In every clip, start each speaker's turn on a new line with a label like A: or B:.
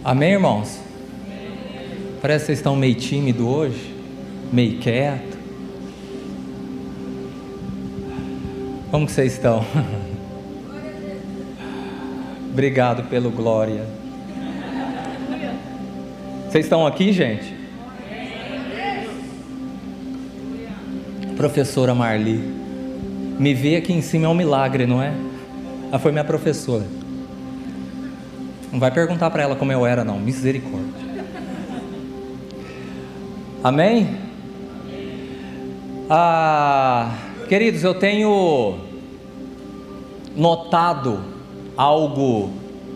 A: Amém, irmãos? Parece que vocês estão meio tímidos hoje, meio quieto. Como que vocês estão? Obrigado pelo glória. Vocês estão aqui, gente? Professora Marli, me ver aqui em cima é um milagre, não é? Ela foi minha professora. Não vai perguntar para ela como eu era, não. Misericórdia. Amém? Queridos, eu tenho notado algo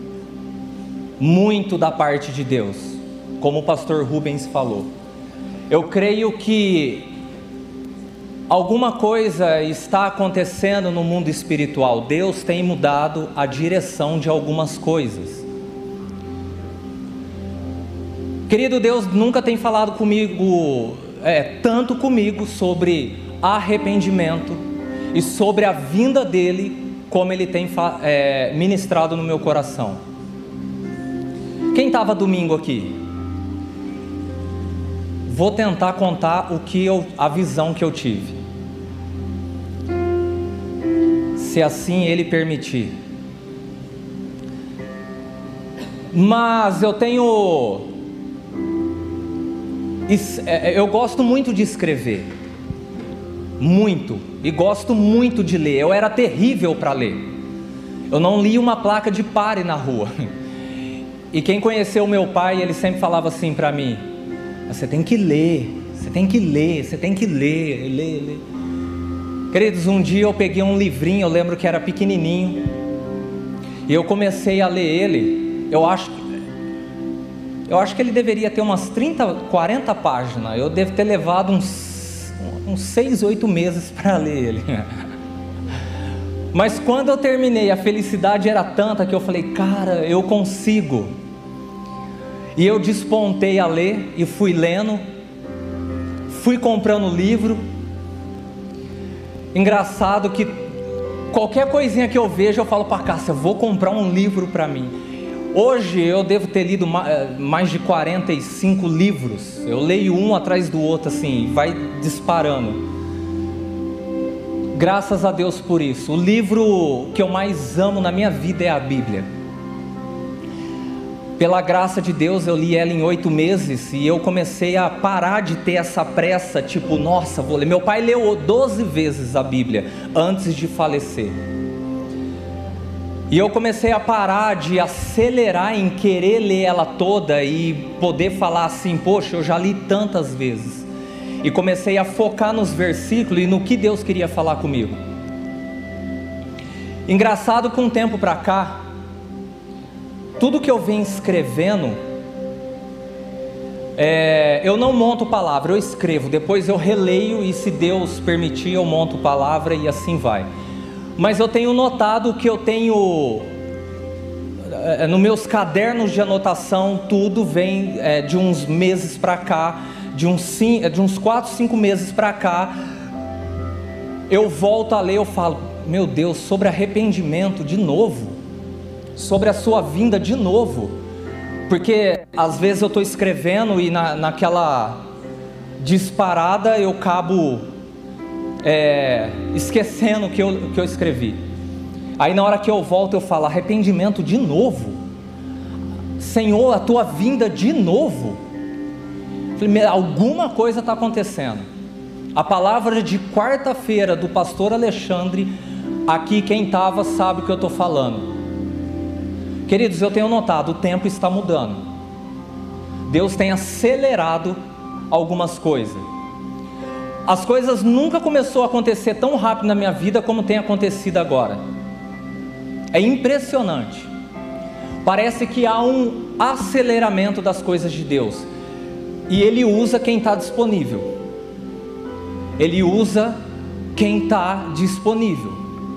A: muito da parte de Deus, como o pastor Rubens falou. Eu creio que alguma coisa está acontecendo no mundo espiritual. Deus tem mudado a direção de algumas coisas. Querido, Deus nunca tem falado comigo, tanto comigo, sobre arrependimento e sobre a vinda dEle, como Ele tem ministrado no meu coração. Quem estava domingo aqui? Vou tentar contar a visão que eu tive, se assim Ele permitir. Mas eu gosto muito de escrever, muito, e gosto muito de ler. Eu era terrível para ler. Eu não lia uma placa de pare na rua. E quem conheceu meu pai, ele sempre falava assim para mim: você tem que ler, você tem que ler, você tem que ler. Queridos, um dia eu peguei um livrinho, eu lembro que era pequenininho, e eu comecei a ler ele. Eu acho que ele deveria ter umas 30, 40 páginas. Eu devo ter levado uns 6, 8 meses para ler ele. Mas quando eu terminei, a felicidade era tanta que eu falei: cara, eu consigo. E eu despontei a ler e fui lendo, fui comprando livro. Engraçado que qualquer coisinha que eu vejo, eu falo para Cássia: vou comprar um livro para mim. Hoje eu devo ter lido mais de 45 livros. Eu leio um atrás do outro, assim, vai disparando. Graças a Deus por isso. O livro que eu mais amo na minha vida é a Bíblia. Pela graça de Deus, eu li ela em 8 meses e eu comecei a parar de ter essa pressa, tipo, nossa, vou ler. Meu pai leu 12 vezes a Bíblia antes de falecer. E eu comecei a parar de acelerar em querer ler ela toda e poder falar assim: poxa, eu já li tantas vezes. E comecei a focar nos versículos e no que Deus queria falar comigo. Engraçado que um tempo para cá, tudo que eu venho escrevendo, eu não monto palavra, eu escrevo, depois eu releio e, se Deus permitir, eu monto palavra e assim vai. Mas eu tenho notado que eu tenho, nos meus cadernos de anotação, tudo vem de uns meses para cá, de uns 4, 5 meses para cá, eu volto a ler, eu falo: meu Deus, sobre arrependimento de novo, sobre a sua vinda de novo, porque às vezes eu estou escrevendo e naquela disparada eu acabo esquecendo o que eu escrevi. Aí na hora que eu volto eu falo: arrependimento de novo? Senhor, a tua vinda de novo? Falei: alguma coisa está acontecendo. A palavra de quarta-feira do pastor Alexandre, aqui quem estava sabe o que eu estou falando. Queridos, eu tenho notado, o tempo está mudando. Deus tem acelerado algumas coisas. As coisas nunca começou a acontecer tão rápido na minha vida como tem acontecido agora. É impressionante. Parece que há um aceleramento das coisas de Deus. E Ele usa quem está disponível. Ele usa quem está disponível.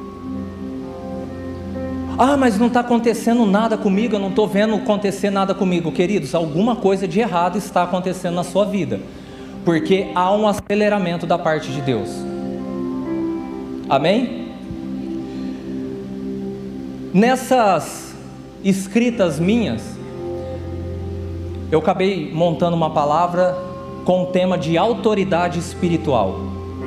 A: Ah, mas não está acontecendo nada comigo, eu não estou vendo acontecer nada comigo. Queridos, alguma coisa de errado está acontecendo na sua vida, porque há um aceleramento da parte de Deus. Amém? Nessas escritas minhas, eu acabei montando uma palavra com o tema de autoridade espiritual.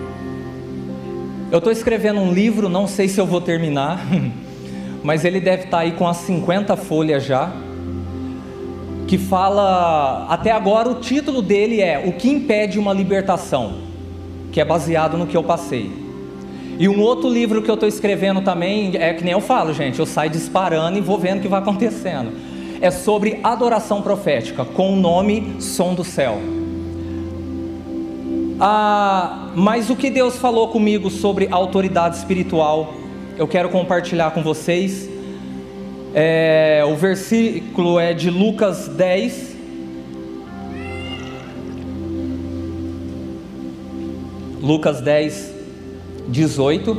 A: Eu estou escrevendo um livro, não sei se eu vou terminar, mas ele deve estar aí com as 50 folhas já, que fala, até agora o título dele é O que impede uma libertação, que é baseado no que eu passei. E um outro livro que eu estou escrevendo também, é que nem eu falo, gente, eu saio disparando e vou vendo o que vai acontecendo. É sobre adoração profética, com o nome Som do Céu. Mas o que Deus falou comigo sobre autoridade espiritual, eu quero compartilhar com vocês. O versículo é de Lucas 10. Lucas 10, 18.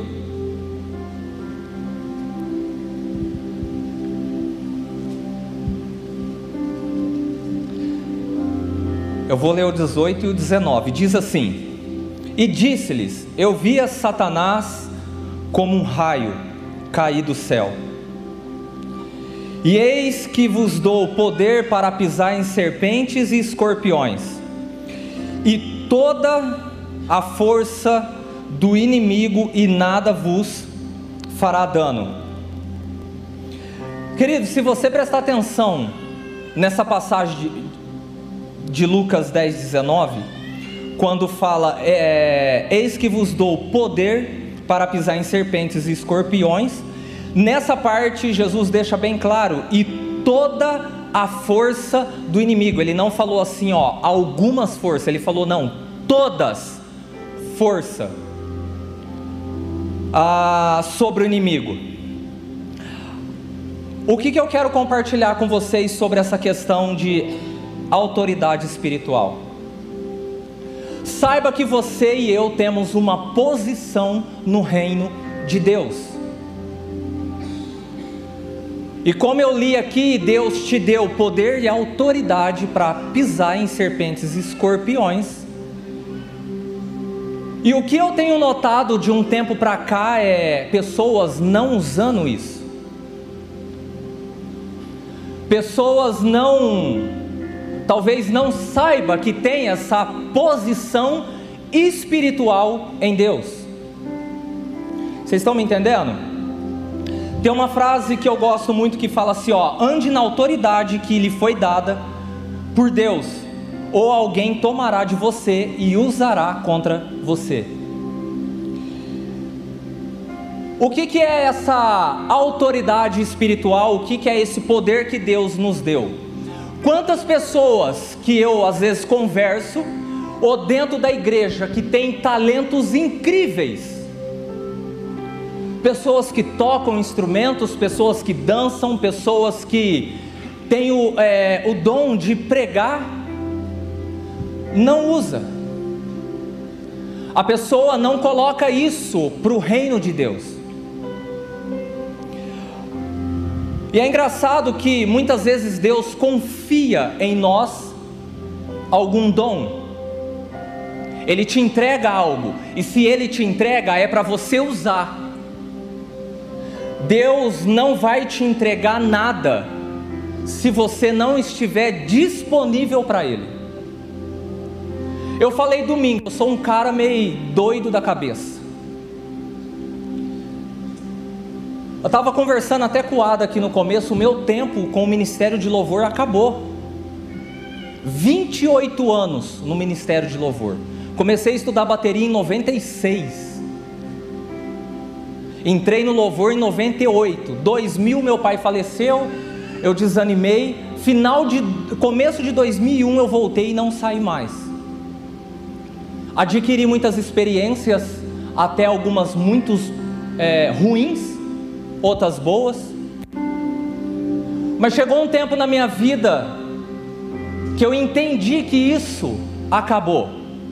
A: Eu vou ler o 18 e o 19. Diz assim: E disse-lhes: Eu via Satanás como um raio cair do céu. E eis que vos dou poder para pisar em serpentes e escorpiões, e toda a força do inimigo, e nada vos fará dano. Querido, se você prestar atenção nessa passagem de Lucas 10, 19, quando fala, eis que vos dou poder para pisar em serpentes e escorpiões, nessa parte Jesus deixa bem claro, e toda a força do inimigo. Ele não falou assim, algumas forças, ele falou não, todas força sobre o inimigo. O que eu quero compartilhar com vocês sobre essa questão de autoridade espiritual? Saiba que você e eu temos uma posição no reino de Deus. E como eu li aqui, Deus te deu poder e autoridade para pisar em serpentes e escorpiões. E o que eu tenho notado de um tempo para cá é pessoas não usando isso. Pessoas talvez não saiba que tem essa posição espiritual em Deus. Vocês estão me entendendo? Tem uma frase que eu gosto muito que fala assim, ande na autoridade que lhe foi dada por Deus, ou alguém tomará de você e usará contra você. O que é essa autoridade espiritual? O que é esse poder que Deus nos deu? Quantas pessoas que eu às vezes converso, ou dentro da igreja, que tem talentos incríveis, pessoas que tocam instrumentos, pessoas que dançam, pessoas que têm o dom de pregar, não usa. A pessoa não coloca isso para o reino de Deus. E é engraçado que muitas vezes Deus confia em nós algum dom. Ele te entrega algo, e se Ele te entrega é para você usar. Deus não vai te entregar nada se você não estiver disponível para Ele. Eu falei domingo, eu sou um cara meio doido da cabeça. Eu estava conversando até com o Ada aqui no começo, o meu tempo com o Ministério de Louvor acabou. 28 anos no Ministério de Louvor. Comecei a estudar bateria em 96. Entrei no louvor em 98, 2000 meu pai faleceu, eu desanimei, começo de 2001 eu voltei e não saí mais. Adquiri muitas experiências, até algumas muito ruins, outras boas, mas chegou um tempo na minha vida que eu entendi que isso acabou.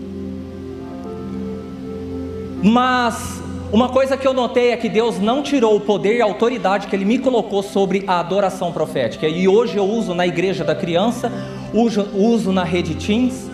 A: Mas uma coisa que eu notei é que Deus não tirou o poder e a autoridade que Ele me colocou sobre a adoração profética. E hoje eu uso na igreja da criança, uso na rede Teens.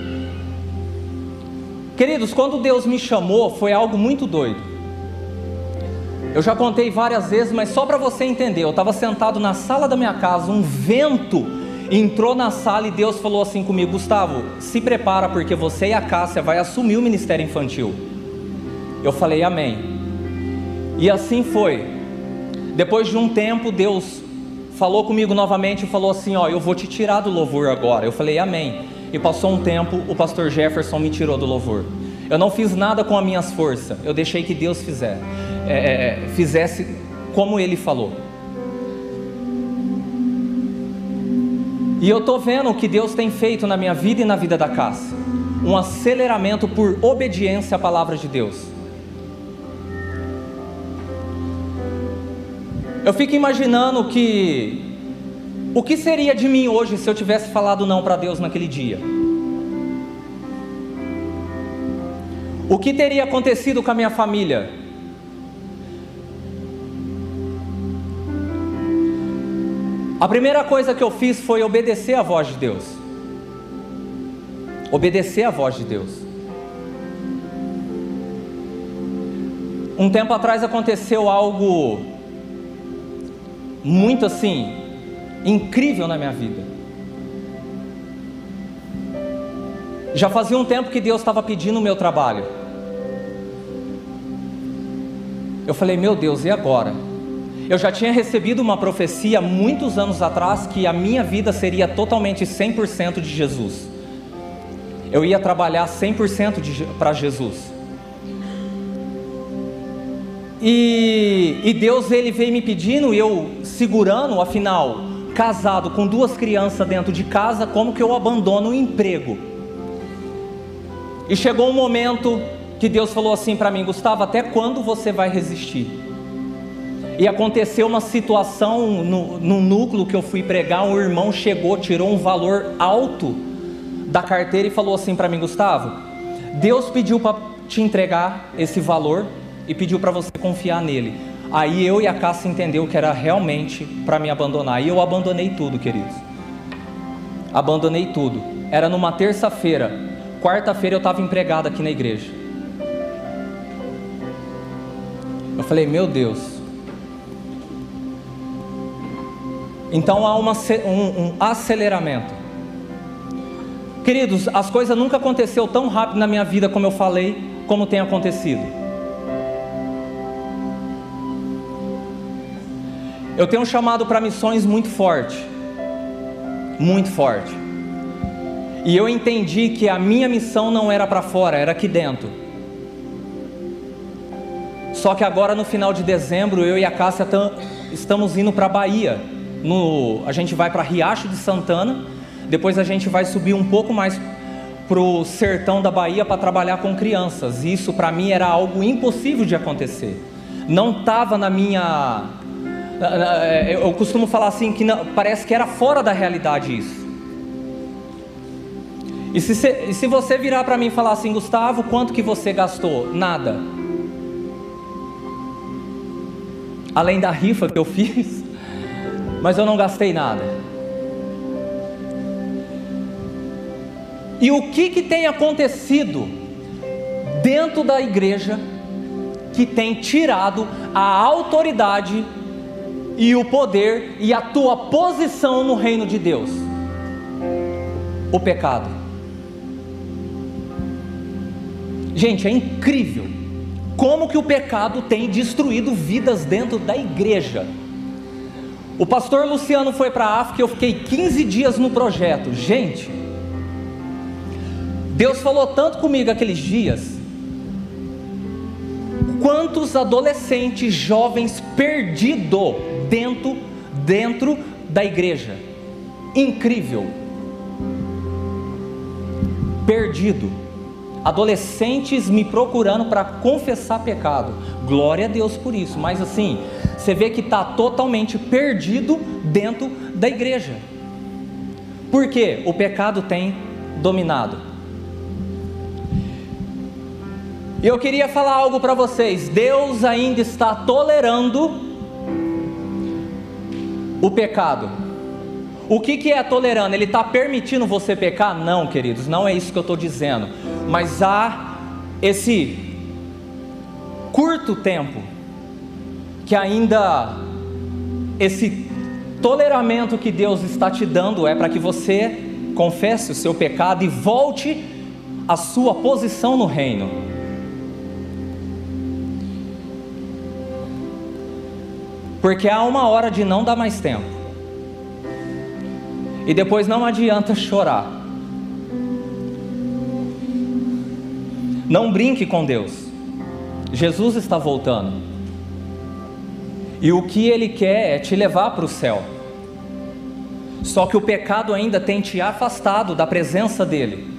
A: Queridos, quando Deus me chamou, foi algo muito doido. Eu já contei várias vezes, mas só para você entender, eu estava sentado na sala da minha casa, um vento entrou na sala e Deus falou assim comigo: Gustavo, se prepara, porque você e a Cássia vai assumir o ministério infantil. Eu falei amém. E assim foi. Depois de um tempo, Deus falou comigo novamente e falou assim: ó, eu vou te tirar do louvor agora. Eu falei amém. E passou um tempo, o pastor Jefferson me tirou do louvor. Eu não fiz nada com as minhas forças, eu deixei que Deus fizesse como Ele falou. E eu estou vendo o que Deus tem feito na minha vida e na vida da Cássia. Um aceleramento por obediência à palavra de Deus. Eu fico imaginando o que seria de mim hoje se eu tivesse falado não para Deus naquele dia. O que teria acontecido com a minha família? A primeira coisa que eu fiz foi obedecer à voz de Deus. Obedecer à voz de Deus. Um tempo atrás aconteceu algo muito assim, incrível na minha vida. Já fazia um tempo que Deus estava pedindo o meu trabalho. Eu falei: meu Deus, e agora? Eu já tinha recebido uma profecia muitos anos atrás que a minha vida seria totalmente 100% de Jesus. Eu ia trabalhar 100% para Jesus. E Deus, Ele veio me pedindo, e eu segurando, afinal, casado com 2 crianças dentro de casa, como que eu abandono o emprego? E chegou um momento que Deus falou assim para mim: Gustavo, até quando você vai resistir? E aconteceu uma situação no núcleo que eu fui pregar. Um irmão chegou, tirou um valor alto da carteira e falou assim para mim: Gustavo, Deus pediu para te entregar esse valor e pediu para você confiar nele. Aí eu e a Cássia entendeu que era realmente para me abandonar. E eu abandonei tudo, queridos. Abandonei tudo. Era numa terça-feira. Quarta-feira eu estava empregado aqui na igreja. Eu falei: meu Deus. Então há um aceleramento. Queridos, as coisas nunca aconteceram tão rápido na minha vida como eu falei, como tem acontecido. Eu tenho um chamado para missões muito forte. Muito forte. E eu entendi que a minha missão não era para fora, era aqui dentro. Só que agora no final de dezembro, eu e a Cássia estamos indo para a Bahia. A gente vai para Riacho de Santana. Depois a gente vai subir um pouco mais para o sertão da Bahia para trabalhar com crianças. Isso para mim era algo impossível de acontecer. Não estava na minha... Eu costumo falar assim, que não, parece que era fora da realidade isso. E se você virar para mim e falar assim: Gustavo, quanto que você gastou? Nada. Além da rifa que eu fiz, mas eu não gastei nada. E o que tem acontecido dentro da igreja que tem tirado a autoridade e o poder e a tua posição no reino de Deus? O pecado. Gente, é incrível como que o pecado tem destruído vidas dentro da igreja. O pastor Luciano foi para a África e eu fiquei 15 dias no projeto. Gente, Deus falou tanto comigo aqueles dias. Quantos adolescentes, jovens perdidos dentro da igreja. Incrível. Perdido. Adolescentes me procurando para confessar pecado. Glória a Deus por isso. Mas assim, você vê que está totalmente perdido dentro da igreja. Por quê? O pecado tem dominado. E eu queria falar algo para vocês. Deus ainda está tolerando o pecado. O que é tolerando? Ele está permitindo você pecar? Não, queridos, não é isso que eu estou dizendo. Mas há esse curto tempo que ainda esse toleramento que Deus está te dando é para que você confesse o seu pecado e volte à sua posição no reino. Porque há uma hora de não dar mais tempo, e depois não adianta chorar. Não brinque com Deus. Jesus está voltando, e o que Ele quer é te levar para o céu. Só que o pecado ainda tem te afastado da presença dEle.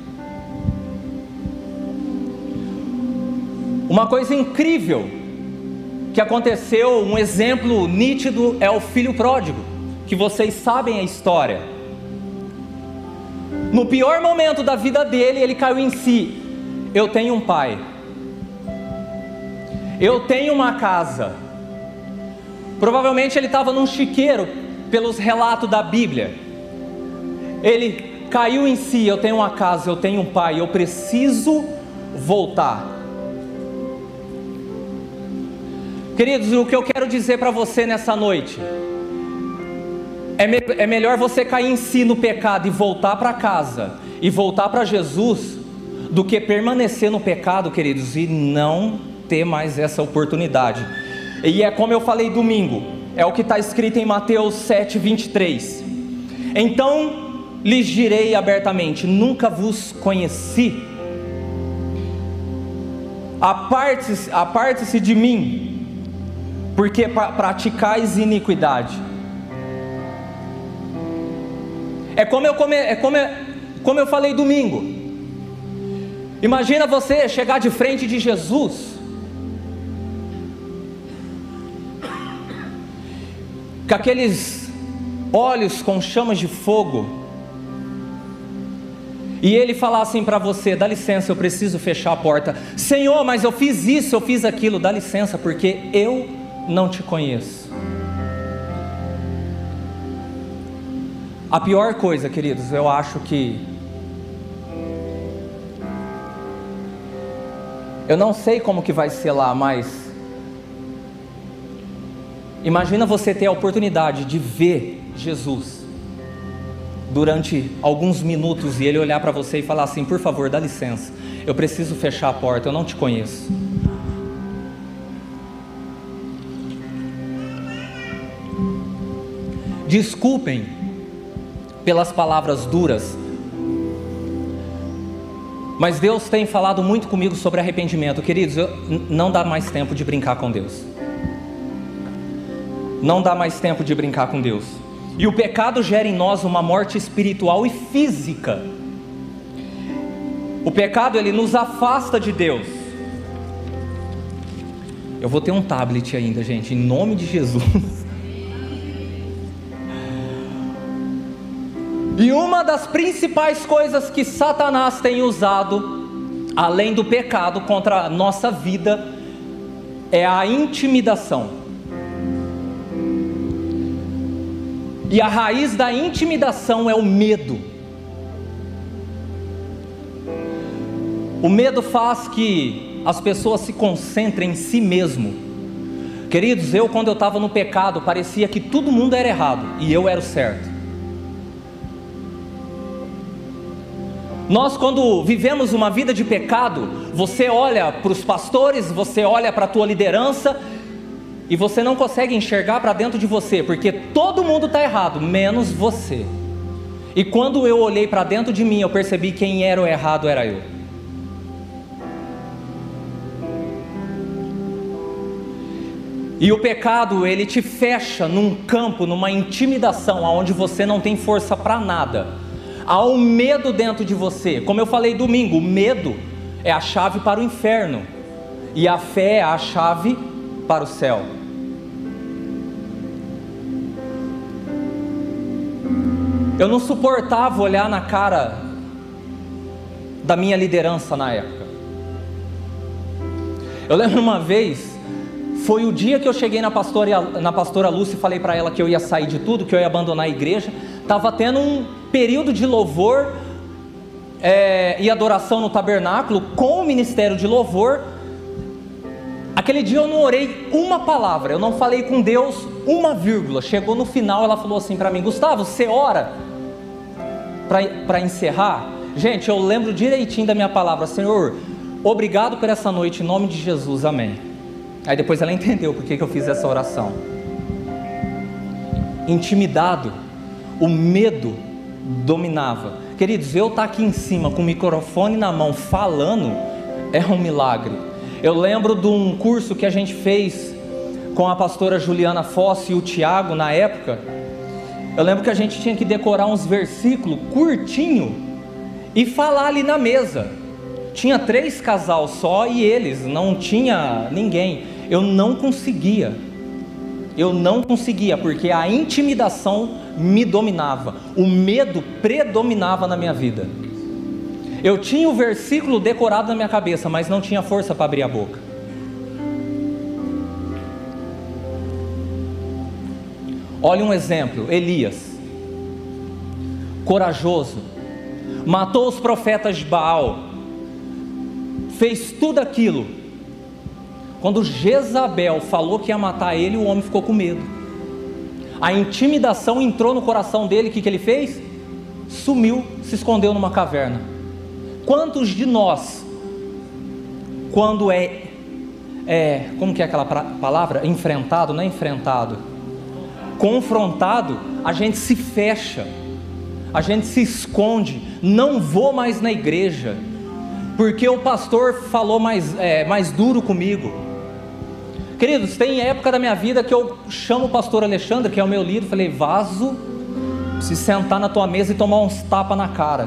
A: Uma coisa incrível que aconteceu, um exemplo nítido, é o filho pródigo, que vocês sabem a história. No pior momento da vida dele, ele caiu em si. Eu tenho um pai, eu tenho uma casa. Provavelmente ele estava num chiqueiro, pelos relatos da Bíblia. Ele caiu em si: eu tenho uma casa, eu tenho um pai, eu preciso voltar. Queridos, o que eu quero dizer para você nessa noite é melhor você cair em si no pecado e voltar para casa e voltar para Jesus, do que permanecer no pecado, queridos, e não ter mais essa oportunidade. E é como eu falei domingo, é o que está escrito em Mateus 7:23. Então lhes direi abertamente: nunca vos conheci. Aparte-se de mim, porque praticais iniquidade. É como eu falei domingo. Imagina você chegar de frente de Jesus, com aqueles olhos com chamas de fogo, e Ele falar assim para você: dá licença, eu preciso fechar a porta. Senhor, mas eu fiz isso, eu fiz aquilo. Dá licença, porque eu não te conheço. A pior coisa, queridos, eu acho que, eu não sei como que vai ser lá, mas imagina você ter a oportunidade de ver Jesus durante alguns minutos, e Ele olhar para você e falar assim: por favor, dá licença, eu preciso fechar a porta, eu não te conheço. Desculpem pelas palavras duras, mas Deus tem falado muito comigo sobre arrependimento. Queridos, não dá mais tempo de brincar com Deus. Não dá mais tempo de brincar com Deus. E o pecado gera em nós uma morte espiritual e física. O pecado, ele nos afasta de Deus. Eu vou ter um tablet ainda, gente, em nome de Jesus. E uma das principais coisas que Satanás tem usado, além do pecado, contra a nossa vida, é a intimidação. E a raiz da intimidação é o medo. O medo faz que as pessoas se concentrem em si mesmo. Queridos, quando eu estava no pecado, parecia que todo mundo era errado e eu era o certo. Nós, quando vivemos uma vida de pecado, você olha para os pastores, você olha para a tua liderança, e você não consegue enxergar para dentro de você, porque todo mundo está errado, menos você. E quando eu olhei para dentro de mim, eu percebi quem era o errado era eu. E o pecado, ele te fecha num campo, numa intimidação, onde você não tem força para nada. Há um medo dentro de você. Como eu falei domingo, o medo é a chave para o inferno, e a fé é a chave para o céu. Eu não suportava olhar na cara da minha liderança na época. Eu lembro uma vez, foi o dia que eu cheguei na pastora Lúcia e falei para ela que eu ia sair de tudo, que eu ia abandonar a igreja. Estava tendo um período de louvor e adoração no tabernáculo, com o ministério de louvor. Aquele dia eu não orei uma palavra, eu não falei com Deus uma vírgula. Chegou no final, ela falou assim para mim: Gustavo, você ora para encerrar? Gente, eu lembro direitinho da minha palavra: Senhor, obrigado por essa noite, em nome de Jesus, amém. Aí depois ela entendeu por que eu fiz essa oração. Intimidado, o medo dominava. Queridos, eu estar aqui em cima com o microfone na mão falando é um milagre. Eu lembro de um curso que a gente fez com a pastora Juliana Fosse e o Tiago na época. Eu lembro que a gente tinha que decorar uns versículos curtinho e falar ali na mesa. Tinha 3 casais só e eles, não tinha ninguém. Eu não conseguia, porque a intimidação me dominava, o medo predominava na minha vida. Eu tinha o versículo decorado na minha cabeça, mas não tinha força para abrir a boca. Olha um exemplo: Elias, corajoso, matou os profetas de Baal, fez tudo aquilo. Quando Jezabel falou que ia matar ele, o homem ficou com medo. A intimidação entrou no coração dele. O que ele fez? Sumiu, se escondeu numa caverna. Quantos de nós, quando como que é aquela palavra? Enfrentado, não é enfrentado, confrontado, a gente se fecha, a gente se esconde, não vou mais na igreja, porque o pastor falou mais duro comigo. Queridos, tem época da minha vida que eu chamo o pastor Alexandre, que é o meu líder, falei: Vaso, preciso sentar na tua mesa e tomar uns tapas na cara.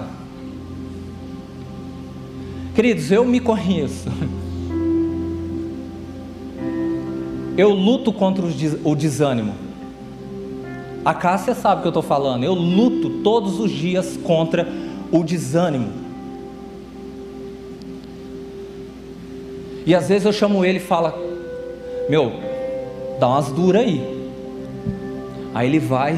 A: Queridos, eu me conheço. Eu luto contra o desânimo. A Cássia sabe o que eu estou falando. Eu luto todos os dias contra o desânimo. E às vezes eu chamo ele e falo: meu, dá umas duras aí. Aí ele vai.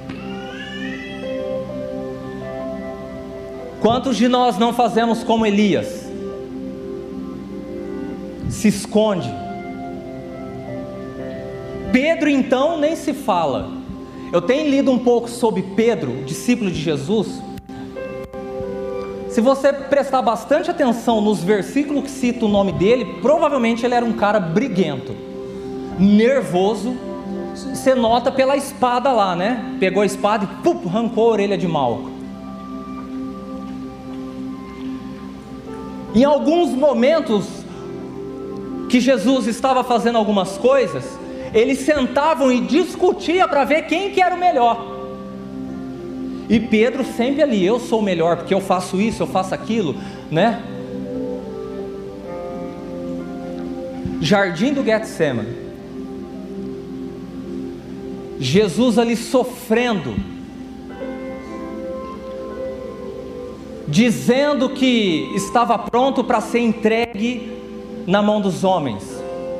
A: Quantos de nós não fazemos como Elias? Se esconde. Pedro então nem se fala. Eu tenho lido um pouco sobre Pedro, discípulo de Jesus. Se você prestar bastante atenção nos versículos que cita o nome dele, provavelmente ele era um cara briguento, nervoso. Você nota pela espada lá, né? Pegou a espada e arrancou a orelha de Malco. Em alguns momentos que Jesus estava fazendo algumas coisas, eles sentavam e discutiam para ver quem que era o melhor. E Pedro sempre ali: eu sou o melhor porque eu faço isso, eu faço aquilo, né? Jardim do Getsemane, Jesus ali sofrendo, dizendo que estava pronto para ser entregue na mão dos homens.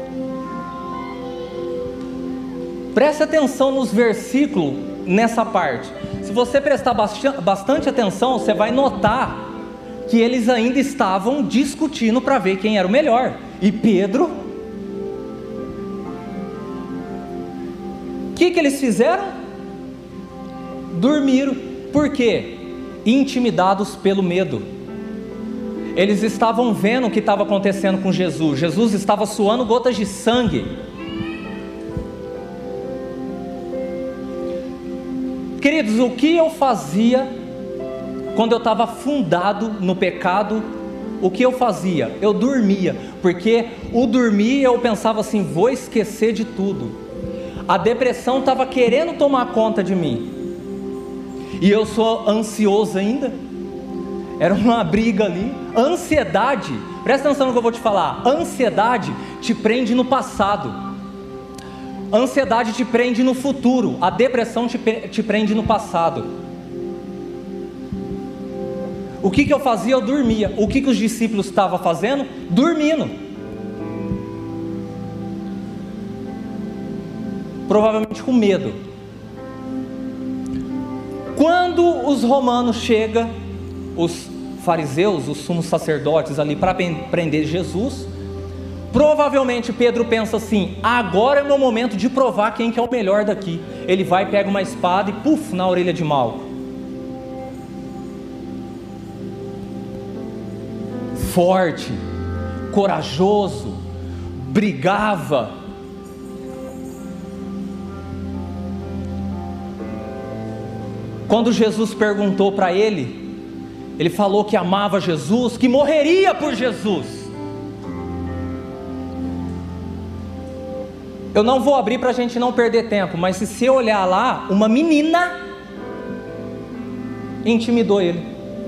A: Preste atenção nos versículos nessa parte. Se você prestar bastante atenção, você vai notar que eles ainda estavam discutindo para ver quem era o melhor. E Pedro, o que eles fizeram? Dormiram. Por quê? Intimidados pelo medo. Eles estavam vendo o que estava acontecendo com Jesus. Jesus estava suando gotas de sangue. Queridos, o que eu fazia quando eu estava afundado no pecado? O que eu fazia? Eu dormia, porque o dormir eu pensava assim: vou esquecer de tudo. A depressão estava querendo tomar conta de mim, e eu sou ansioso ainda. Era uma briga ali. Ansiedade, presta atenção no que eu vou te falar. Ansiedade te prende no passado. Ansiedade te prende no futuro. A depressão te prende no passado. O que eu fazia? Eu dormia. O que os discípulos estavam fazendo? Dormindo. Provavelmente com medo. Quando os romanos chegam, os fariseus, os sumos sacerdotes ali para prender Jesus, Provavelmente Pedro pensa assim: agora é meu momento de provar quem que é o melhor daqui. Ele vai, pega uma espada e puf, na orelha de Malco. Forte, corajoso, brigava. Quando Jesus perguntou para ele, ele falou que amava Jesus, que morreria por Jesus. Eu não vou abrir para a gente não perder tempo, mas se você olhar lá, uma menina intimidou ele.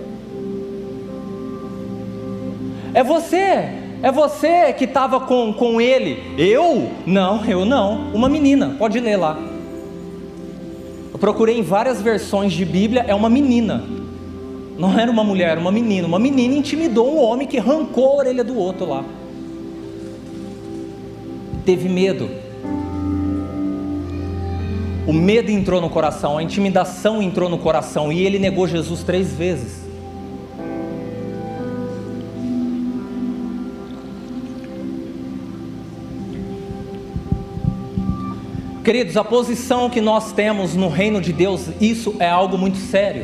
A: É você que estava com ele. Eu? Não, eu não. Uma menina, pode ler lá. Eu procurei em várias versões de Bíblia, é uma menina. Não era uma mulher, era uma menina. Uma menina intimidou um homem que arrancou a orelha do outro lá. Teve medo. O medo entrou no coração, a intimidação entrou no coração, e ele negou Jesus 3 vezes. Queridos, a posição que nós temos no reino de Deus, isso é algo muito sério.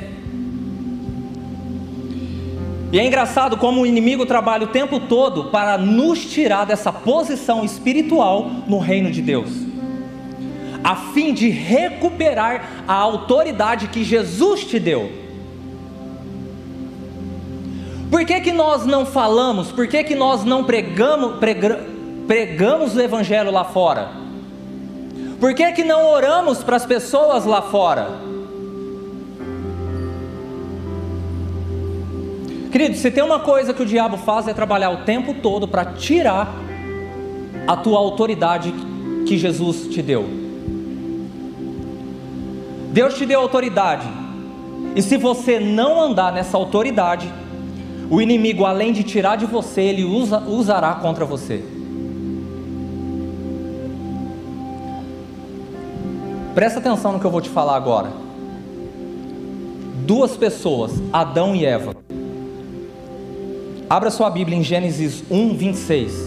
A: E é engraçado como o inimigo trabalha o tempo todo para nos tirar dessa posição espiritual no reino de Deus, a fim de recuperar a autoridade que Jesus te deu. Por que que nós não falamos? Por que que nós não pregamos o evangelho lá fora? Por que que não oramos para as pessoas lá fora? Querido, se tem uma coisa que o diabo faz, é trabalhar o tempo todo para tirar a tua autoridade que Jesus te deu. Deus te deu autoridade, e se você não andar nessa autoridade, o inimigo, além de tirar de você, ele usará contra você. Presta atenção no que eu vou te falar agora. 2 pessoas, Adão e Eva. Abra sua Bíblia em Gênesis 1, 26.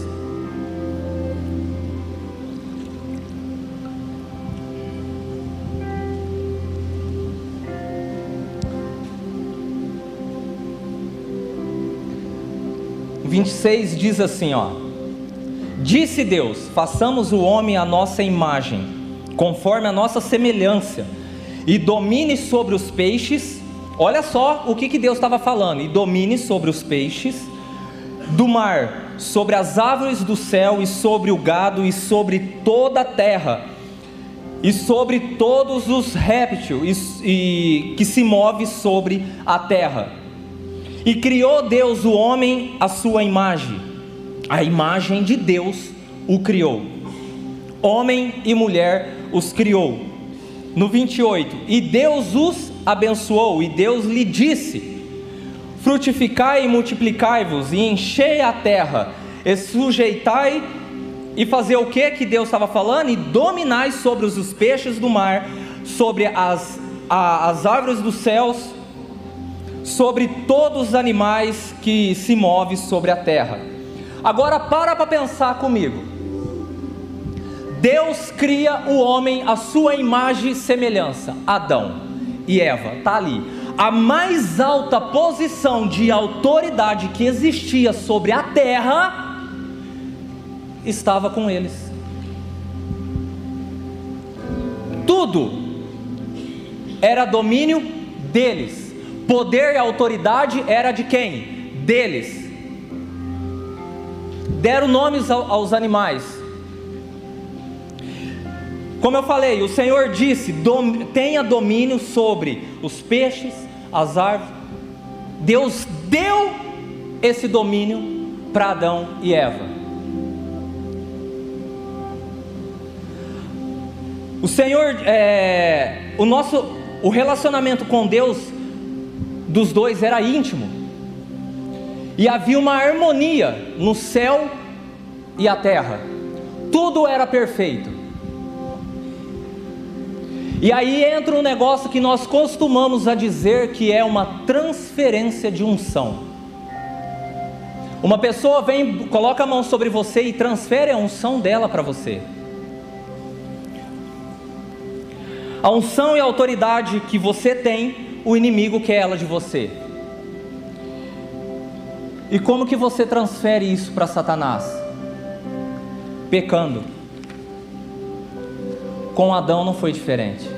A: O 26 diz assim, ó: disse Deus, façamos o homem à nossa imagem, conforme a nossa semelhança, e domine sobre os peixes. Olha só o que Deus estava falando: e domine sobre os peixes do mar, sobre as árvores do céu, e sobre o gado, e sobre toda a terra, e sobre todos os répteis que se movem sobre a terra. E criou Deus o homem à sua imagem, a imagem de Deus o criou, homem e mulher os criou. No 28, e Deus os abençoou, e Deus lhe disse: frutificai e multiplicai-vos, e enchei a terra, e sujeitai, e fazer o que Deus estava falando? E dominai sobre os peixes do mar, sobre as árvores dos céus, sobre todos os animais que se movem sobre a terra. Agora para pensar comigo. Deus cria o homem à sua imagem e semelhança, Adão e Eva, está ali. A mais alta posição de autoridade que existia sobre a terra estava com eles. Tudo era domínio deles. Poder e autoridade era de quem? Deles. Deram nomes aos animais. Como eu falei, o Senhor disse: tenha domínio sobre os peixes, as árvores. Deus deu esse domínio para Adão e Eva. O Senhor, o relacionamento com Deus dos dois era íntimo, e havia uma harmonia no céu e a terra. Tudo era perfeito. E aí entra um negócio que nós costumamos a dizer que é uma transferência de unção. Uma pessoa vem, coloca a mão sobre você e transfere a unção dela para você. A unção e a autoridade que você tem, o inimigo quer ela de você. E como que você transfere isso para Satanás? Pecando. Com Adão não foi diferente.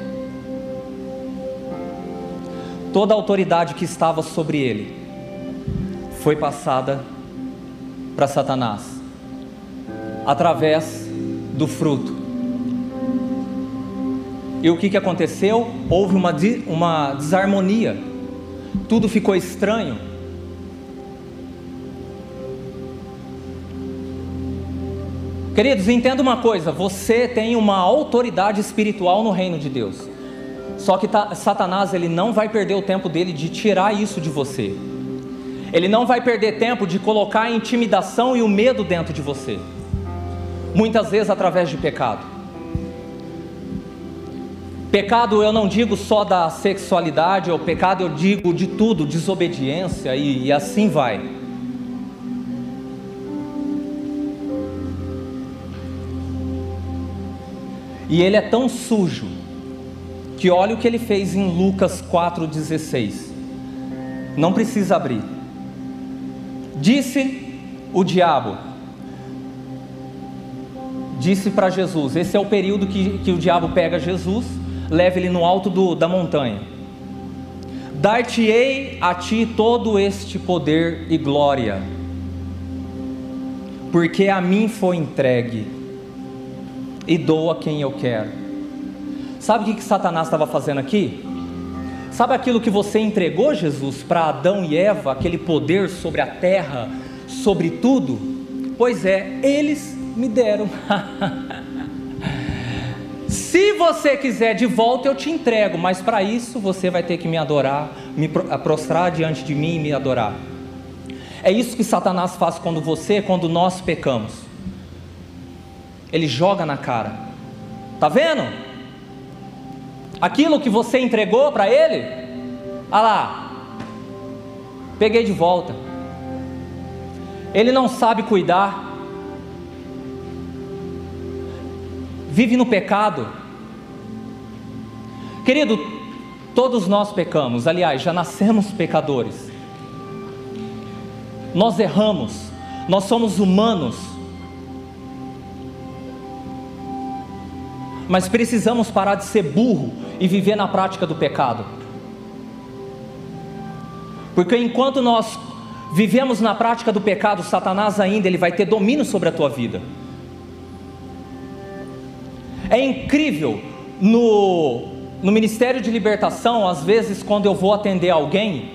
A: Toda a autoridade que estava sobre ele foi passada para Satanás, através do fruto. E o que aconteceu? Houve uma desarmonia, tudo ficou estranho. Queridos, entenda uma coisa: você tem uma autoridade espiritual no reino de Deus. Só que Satanás, ele não vai perder o tempo dele de tirar isso de você. Ele não vai perder tempo de colocar a intimidação e o medo dentro de você, muitas vezes através de pecado. Pecado eu não digo só da sexualidade, ou pecado eu digo de tudo, desobediência e assim vai. E ele é tão sujo, que olha o que ele fez em Lucas 4,16. Não precisa abrir. Disse o diabo, disse para Jesus, esse é o período que o diabo pega Jesus, leva ele no alto da montanha. Dar-te-ei a ti todo este poder e glória, porque a mim foi entregue, e dou a quem eu quero. Sabe o que Satanás estava fazendo aqui? Sabe aquilo que você entregou, Jesus, para Adão e Eva, aquele poder sobre a terra, sobre tudo? Pois é, eles me deram. Se você quiser de volta, eu te entrego, mas para isso você vai ter que me adorar, me prostrar diante de mim e me adorar. É isso que Satanás faz quando nós pecamos. Ele joga na cara. Tá vendo? Aquilo que você entregou para ele, ah lá, peguei de volta. Ele não sabe cuidar, vive no pecado. Querido, todos nós pecamos, aliás, já nascemos pecadores. Nós erramos, nós somos humanos. Mas precisamos parar de ser burro e viver na prática do pecado. Porque enquanto nós vivemos na prática do pecado, Satanás ainda ele vai ter domínio sobre a tua vida. É incrível, no Ministério de Libertação, às vezes quando eu vou atender alguém,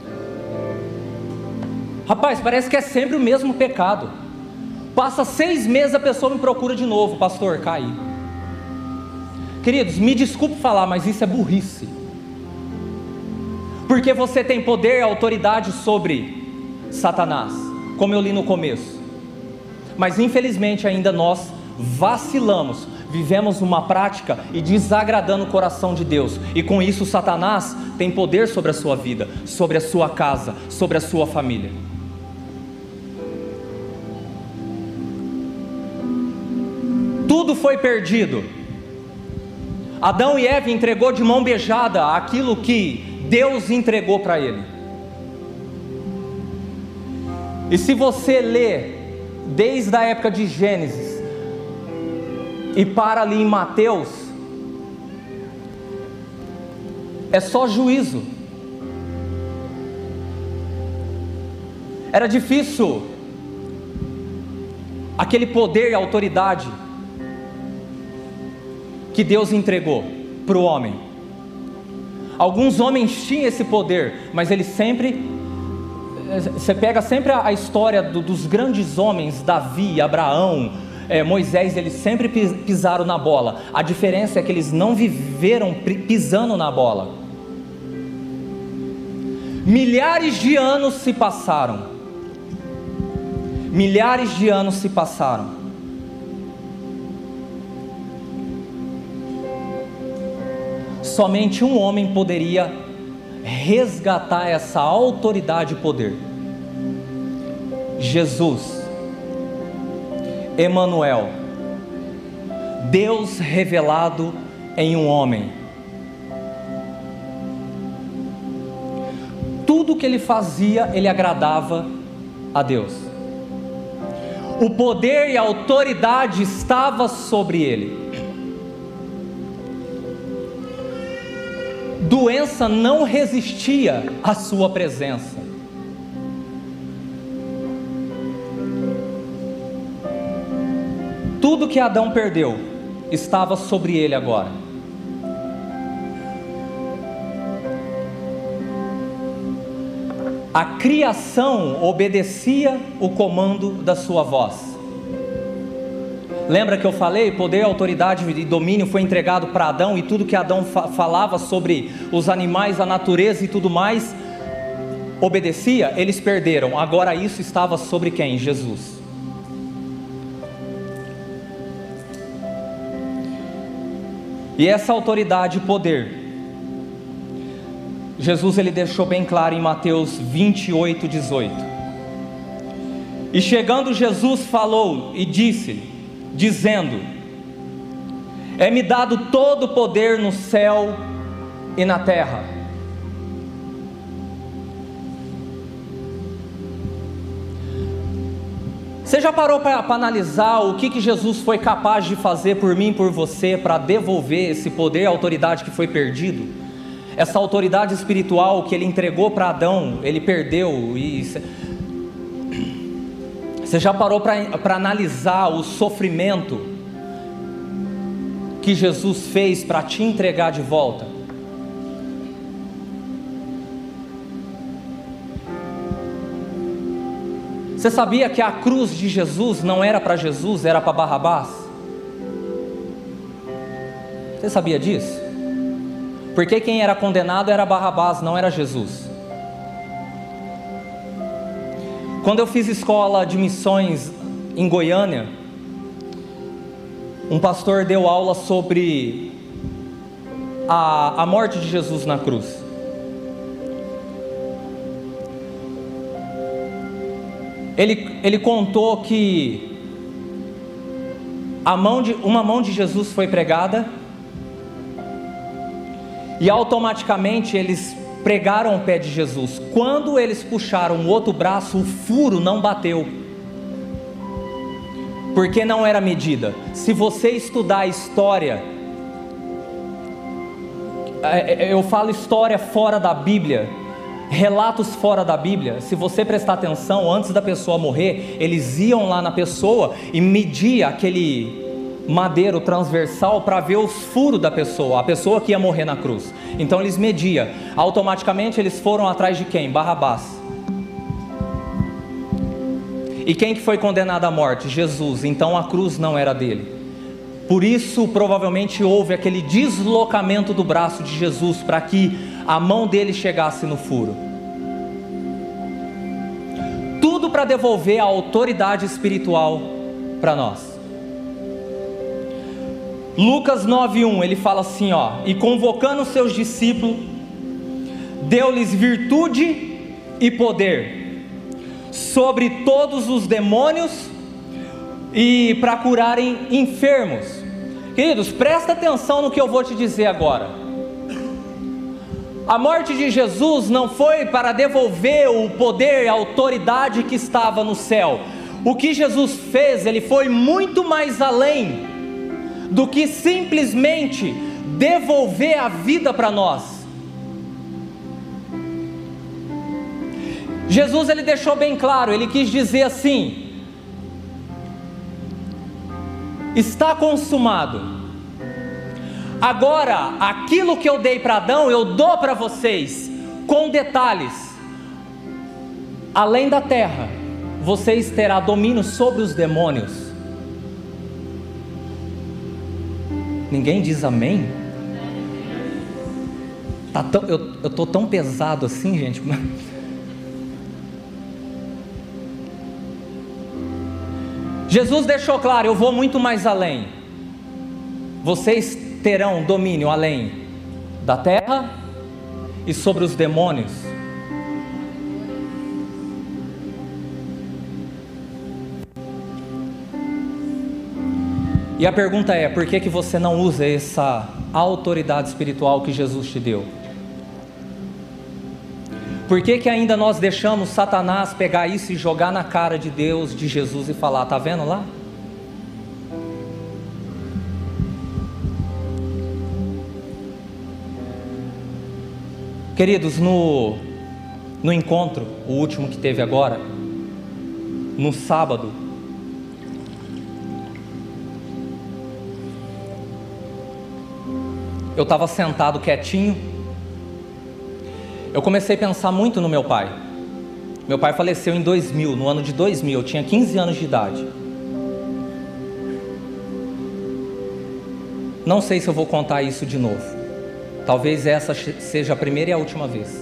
A: rapaz, parece que é sempre o mesmo pecado. Passa 6 meses, a pessoa me procura de novo, pastor, caí. Queridos, me desculpe falar, mas isso é burrice. Porque você tem poder e autoridade sobre Satanás, como eu li no começo. Mas infelizmente ainda nós vacilamos, vivemos uma prática e desagradando o coração de Deus. E com isso Satanás tem poder sobre a sua vida, sobre a sua casa, sobre a sua família. Tudo foi perdido. Adão e Eva entregou de mão beijada aquilo que Deus entregou para ele. E se você ler desde a época de Gênesis e para ali em Mateus, é só juízo. Era difícil aquele poder e autoridade que Deus entregou para o homem. Alguns homens tinham esse poder, mas eles sempre, você pega sempre a história dos grandes homens, Davi, Abraão, Moisés, eles sempre pisaram na bola. A diferença é que eles não viveram pisando na bola. Milhares de anos se passaram. Milhares de anos se passaram. Somente um homem poderia resgatar essa autoridade e poder. Jesus, Emanuel, Deus revelado em um homem. Tudo que ele fazia, ele agradava a Deus. O poder e a autoridade estava sobre ele. Doença não resistia à sua presença. Tudo que Adão perdeu estava sobre ele agora. A criação obedecia o comando da sua voz. Lembra que eu falei? Poder, autoridade e domínio foi entregado para Adão, e tudo que Adão falava sobre os animais, a natureza e tudo mais, obedecia, eles perderam. Agora isso estava sobre quem? Jesus. E essa autoridade e poder, Jesus ele deixou bem claro em Mateus 28:18. E chegando Jesus falou e disse-lhe, dizendo: é-me dado todo o poder no céu e na terra. Você já parou para analisar o que Jesus foi capaz de fazer por mim e por você para devolver esse poder e autoridade que foi perdido? Essa autoridade espiritual que ele entregou para Adão, ele perdeu. E você já parou para analisar o sofrimento que Jesus fez para te entregar de volta? Você sabia que a cruz de Jesus não era para Jesus, era para Barrabás? Você sabia disso? Porque quem era condenado era Barrabás, não era Jesus. Quando eu fiz escola de missões em Goiânia, um pastor deu aula sobre a morte de Jesus na cruz. Ele contou que uma mão de Jesus foi pregada, e automaticamente eles pregaram o pé de Jesus. Quando eles puxaram o outro braço, o furo não bateu, porque não era medida. Se você estudar a história, eu falo história fora da Bíblia, relatos fora da Bíblia, se você prestar atenção, antes da pessoa morrer, eles iam lá na pessoa e mediam aquele madeiro transversal para ver os furos da pessoa, a pessoa que ia morrer na cruz. Então eles mediam, automaticamente eles foram atrás de quem? Barrabás. E quem que foi condenado à morte? Jesus. Então a cruz não era dele. Por isso provavelmente houve aquele deslocamento do braço de Jesus para que a mão dele chegasse no furo. Tudo para devolver a autoridade espiritual para nós. Lucas 9:1, ele fala assim, e convocando os seus discípulos, deu-lhes virtude e poder sobre todos os demônios e para curarem enfermos. Queridos, presta atenção no que eu vou te dizer agora. A morte de Jesus não foi para devolver o poder e a autoridade que estava no céu. O que Jesus fez, ele foi muito mais além do que simplesmente devolver a vida para nós. Jesus ele deixou bem claro, ele quis dizer assim: está consumado. Agora, aquilo que eu dei para Adão, eu dou para vocês, com detalhes. Além da terra, vocês terão domínio sobre os demônios. Ninguém diz amém? Eu estou tão pesado assim, gente. Jesus deixou claro, eu vou muito mais além. Vocês terão domínio além da terra e sobre os demônios. E a pergunta é: por que você não usa essa autoridade espiritual que Jesus te deu? Por que ainda nós deixamos Satanás pegar isso e jogar na cara de Deus, de Jesus, e falar: tá vendo lá? Queridos, no encontro, o último que teve agora, no sábado, eu estava sentado quietinho. Eu comecei a pensar muito no meu pai. Meu pai faleceu em 2000, no ano de 2000, eu tinha 15 anos de idade. Não sei se eu vou contar isso de novo. Talvez essa seja a primeira e a última vez.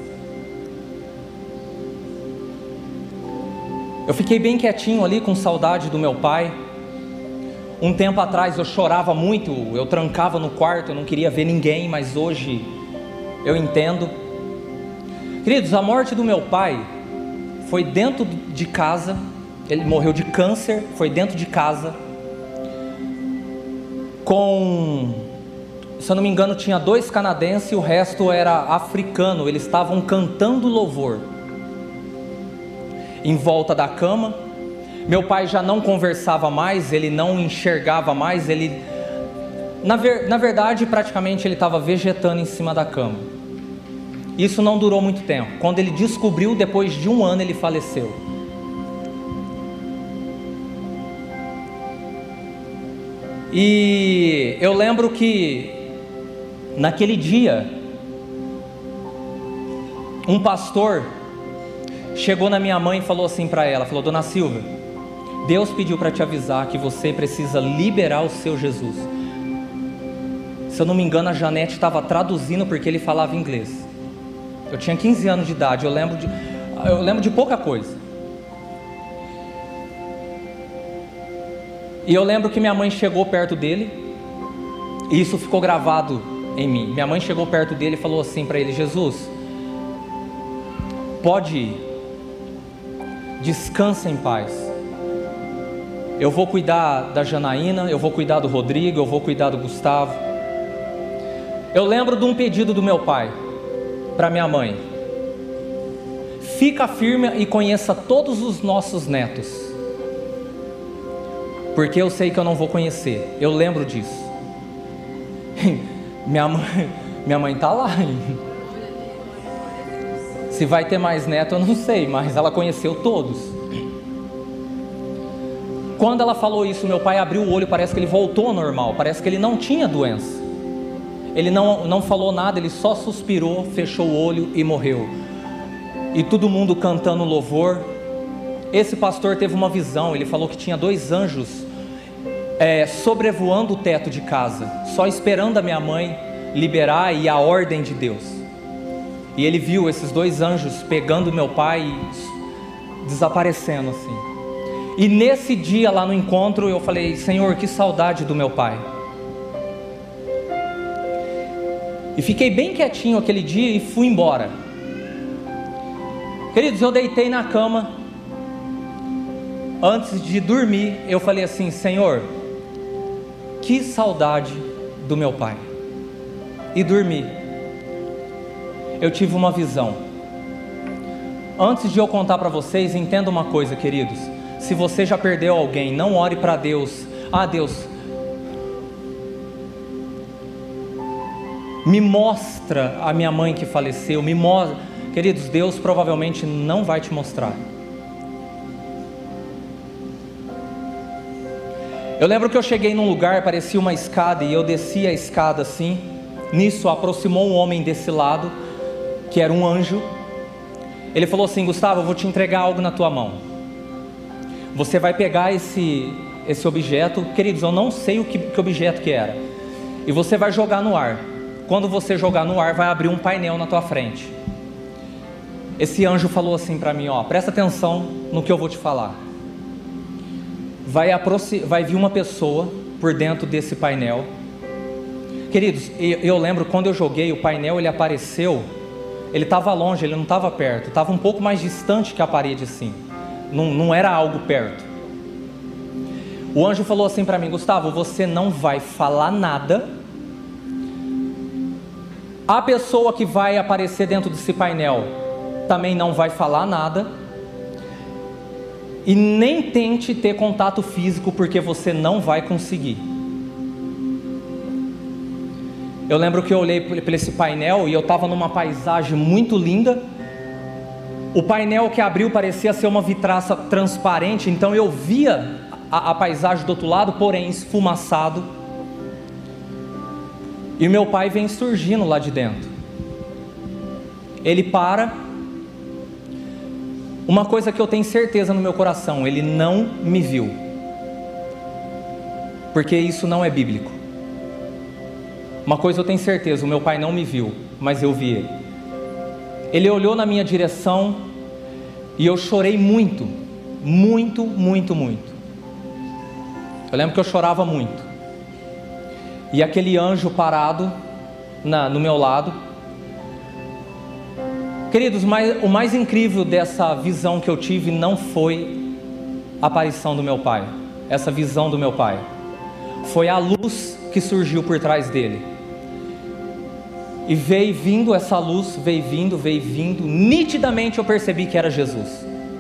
A: Eu fiquei bem quietinho ali, com saudade do meu pai. Um tempo atrás eu chorava muito, eu trancava no quarto, eu não queria ver ninguém, mas hoje eu entendo. Queridos, a morte do meu pai foi dentro de casa. Ele morreu de câncer, foi dentro de casa. Se eu não me engano, tinha 2 canadenses e o resto era africano. Eles estavam cantando louvor em volta da cama. Meu pai já não conversava mais, ele não enxergava mais, ele, na verdade, praticamente ele estava vegetando em cima da cama. Isso não durou muito tempo. Quando ele descobriu, depois de 1 ano, ele faleceu. E eu lembro que naquele dia, um pastor chegou na minha mãe e falou assim para ela, falou: Dona Silvia, Deus pediu para te avisar que você precisa liberar o seu Jesus. Se eu não me engano, a Janete estava traduzindo porque ele falava inglês. Eu tinha 15 anos de idade, eu lembro de pouca coisa. E eu lembro que minha mãe chegou perto dele, e isso ficou gravado em mim. Minha mãe chegou perto dele e falou assim para ele: Jesus, pode ir, descansa em paz. Eu vou cuidar da Janaína, eu vou cuidar do Rodrigo, eu vou cuidar do Gustavo. Eu lembro de um pedido do meu pai para minha mãe: fica firme e conheça todos os nossos netos, porque eu sei que eu não vou conhecer. Eu lembro disso. Minha mãe está lá. Se vai ter mais neto eu não sei, mas ela conheceu todos. Quando ela falou isso, meu pai abriu o olho, parece que ele voltou ao normal, parece que ele não tinha doença. Ele não falou nada, ele só suspirou, fechou o olho e morreu. E todo mundo cantando louvor. Esse pastor teve uma visão, ele falou que tinha 2 anjos sobrevoando o teto de casa, só esperando a minha mãe liberar e a ordem de Deus. E ele viu esses 2 anjos pegando meu pai e desaparecendo assim. E nesse dia lá no encontro eu falei: Senhor, que saudade do meu pai. E fiquei bem quietinho aquele dia e fui embora. Queridos, eu deitei na cama. Antes de dormir, eu falei assim: Senhor, que saudade do meu pai. E dormi. Eu tive uma visão. Antes de eu contar para vocês, entenda uma coisa, queridos. Se você já perdeu alguém, não ore para Deus: ah, Deus, me mostra a minha mãe que faleceu, me mostra. Queridos, Deus provavelmente não vai te mostrar. Eu lembro que eu cheguei num lugar, parecia uma escada, e eu desci a escada assim. Nisso aproximou um homem desse lado, que era um anjo. Ele falou assim: Gustavo, eu vou te entregar algo na tua mão. Você vai pegar esse objeto. Queridos, eu não sei que objeto que era. E você vai jogar no ar. Quando você jogar no ar, vai abrir um painel na tua frente. Esse anjo falou assim para mim: ó, presta atenção no que eu vou te falar. Vai vir uma pessoa por dentro desse painel. Queridos, eu lembro quando eu joguei, o painel ele apareceu. Ele estava longe, ele não estava perto, estava um pouco mais distante que a parede assim. Não era algo perto. O anjo falou assim para mim: Gustavo, você não vai falar nada. A pessoa que vai aparecer dentro desse painel também não vai falar nada. E nem tente ter contato físico, porque você não vai conseguir. Eu lembro que eu olhei para esse painel e eu estava numa paisagem muito linda. O painel que abriu parecia ser uma vitraça transparente, então eu via a paisagem do outro lado, porém esfumaçado. E meu pai vem surgindo lá de dentro. Ele para. Uma coisa que eu tenho certeza no meu coração: ele não me viu, porque isso não é bíblico. Uma coisa eu tenho certeza: o meu pai não me viu, mas eu vi ele. Ele olhou na minha direção e eu chorei muito, muito, muito, muito. Eu lembro que eu chorava muito. E aquele anjo parado no meu lado. Queridos, o mais incrível dessa visão que eu tive não foi a aparição do meu pai, essa visão do meu pai. Foi a luz que surgiu por trás dele. E veio vindo essa luz, veio vindo. Nitidamente eu percebi que era Jesus.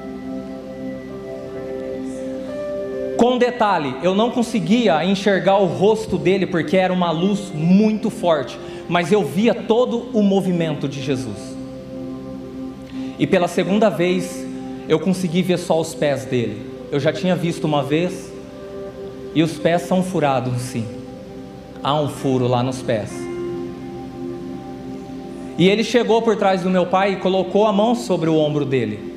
A: Com detalhe, eu não conseguia enxergar o rosto dele porque era uma luz muito forte, mas eu via todo o movimento de Jesus. E pela segunda vez eu consegui ver só os pés dele. Eu já tinha visto uma vez, e os pés são furados, sim. Há um furo lá nos pés. E ele chegou por trás do meu pai e colocou a mão sobre o ombro dele.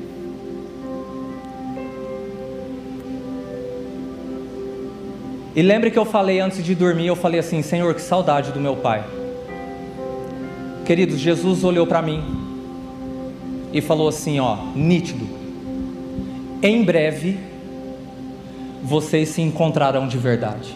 A: E lembre que eu falei antes de dormir, eu falei assim: Senhor, que saudade do meu pai. Queridos, Jesus olhou para mim e falou assim, ó, nítido: em breve vocês se encontrarão de verdade.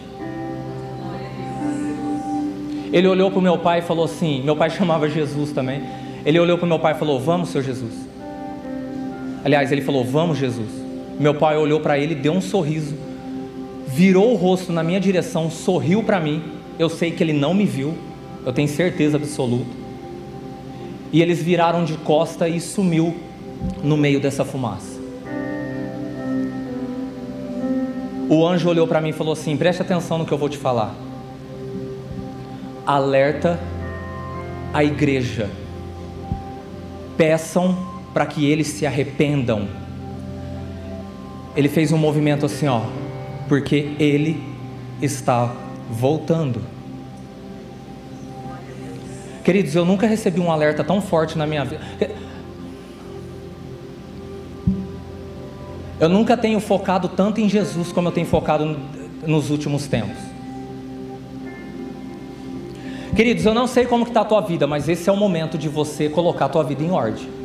A: Ele olhou para o meu pai e falou assim, meu pai chamava Jesus também. Ele olhou para o meu pai e falou: vamos, seu Jesus. Aliás, ele falou: vamos, Jesus. Meu pai olhou para ele, deu um sorriso, virou o rosto na minha direção, sorriu para mim. Eu sei que ele não me viu, eu tenho certeza absoluta. E eles viraram de costa e sumiu no meio dessa fumaça. O anjo olhou para mim e falou assim: preste atenção no que eu vou te falar. Alerta a igreja, peçam para que eles se arrependam. Ele fez um movimento assim, ó, porque ele está voltando. Queridos, eu nunca recebi um alerta tão forte na minha vida. Eu nunca tenho focado tanto em Jesus como eu tenho focado nos últimos tempos. Queridos, eu não sei como que está a tua vida, mas esse é o momento de você colocar a tua vida em ordem.